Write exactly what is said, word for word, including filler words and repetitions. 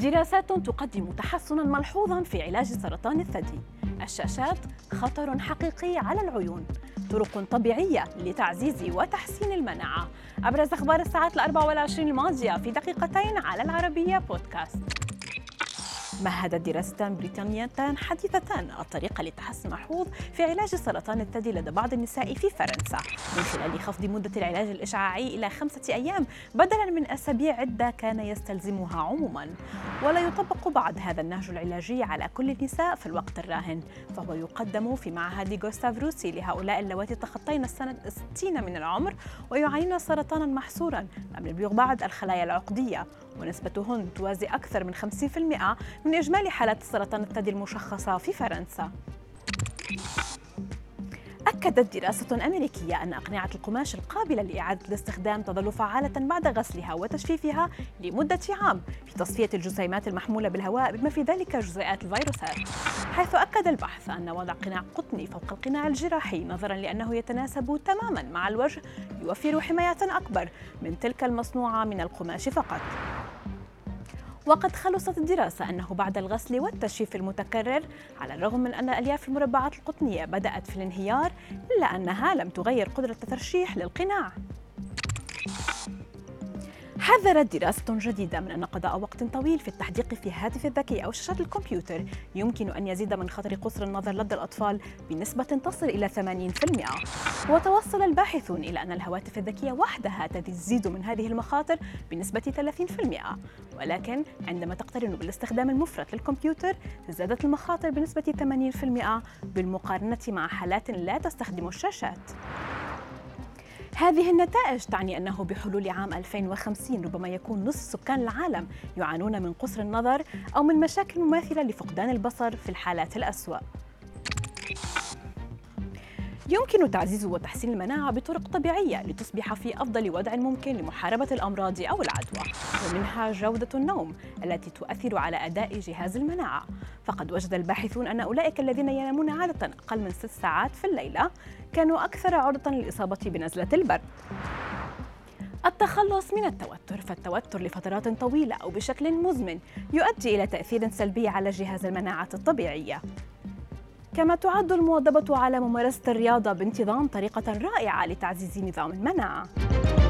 دراسات تقدم تحسناً ملحوظاً في علاج سرطان الثدي. الشاشات خطر حقيقي على العيون. طرق طبيعية لتعزيز وتحسين المناعة. أبرز أخبار الساعات الأربع والعشرين الماضية في دقيقتين على العربية بودكاست. مهدت دراستان بريطانيتان حديثتان الطريقة للتحسن الملحوظ في علاج سرطان الثدي لدى بعض النساء في فرنسا من خلال خفض مدة العلاج الإشعاعي إلى خمسة أيام بدلاً من أسابيع عدة كان يستلزمها عموماً. ولا يطبق بعد هذا النهج العلاجي على كل النساء في الوقت الراهن، فهو يقدم في معهد غوستاف روسي لهؤلاء اللواتي تخطين السنة الستين من العمر ويعانين سرطاناً محصوراً لم يبلغ بعد الخلايا العقدية، ونسبتهن توازي أكثر من خمسين بالمئة من إجمالي حالات سرطان الثدي المشخصة في فرنسا. أكدت دراسة أمريكية أن أقنعة القماش القابلة لإعادة الاستخدام تظل فعالة بعد غسلها وتجفيفها لمدة عام في تصفية الجسيمات المحمولة بالهواء بما في ذلك جزيئات الفيروسات، حيث أكد البحث أن وضع قناع قطني فوق القناع الجراحي نظراً لأنه يتناسب تماماً مع الوجه يوفر حماية أكبر من تلك المصنوعة من القماش فقط. وقد خلصت الدراسة أنه بعد الغسل والتجفيف المتكرر، على الرغم من أن ألياف المربعات القطنية بدأت في الانهيار، إلا أنها لم تغير قدرة الترشيح للقناع. حذرت دراسة جديدة من أن قضاء وقت طويل في التحديق في الهاتف الذكي أو شاشة الكمبيوتر يمكن أن يزيد من خطر قصر النظر لدى الأطفال بنسبة تصل إلى ثمانين بالمئة. وتوصل الباحثون إلى أن الهواتف الذكية وحدها تزيد من هذه المخاطر بنسبة ثلاثين بالمئة، ولكن عندما تقترن بالاستخدام المفرط للكمبيوتر زادت المخاطر بنسبة ثمانين بالمئة بالمقارنة مع حالات لا تستخدم الشاشات. هذه النتائج تعني أنه بحلول عام ألفين وخمسين ربما يكون نصف سكان العالم يعانون من قصر النظر أو من مشاكل مماثلة لفقدان البصر في الحالات الأسوأ. يمكن تعزيز وتحسين المناعة بطرق طبيعية لتصبح في أفضل وضع ممكن لمحاربة الأمراض أو العدوى، ومنها جودة النوم التي تؤثر على أداء جهاز المناعة. فقد وجد الباحثون أن أولئك الذين ينامون عادة أقل من ست ساعات في الليلة كانوا أكثر عرضة للإصابة بنزلة البرد. التخلص من التوتر، فالتوتر لفترات طويلة أو بشكل مزمن يؤدي إلى تأثير سلبي على جهاز المناعة الطبيعية. كما تعد المواظبة على ممارسة الرياضة بانتظام طريقة رائعة لتعزيز نظام المناعة.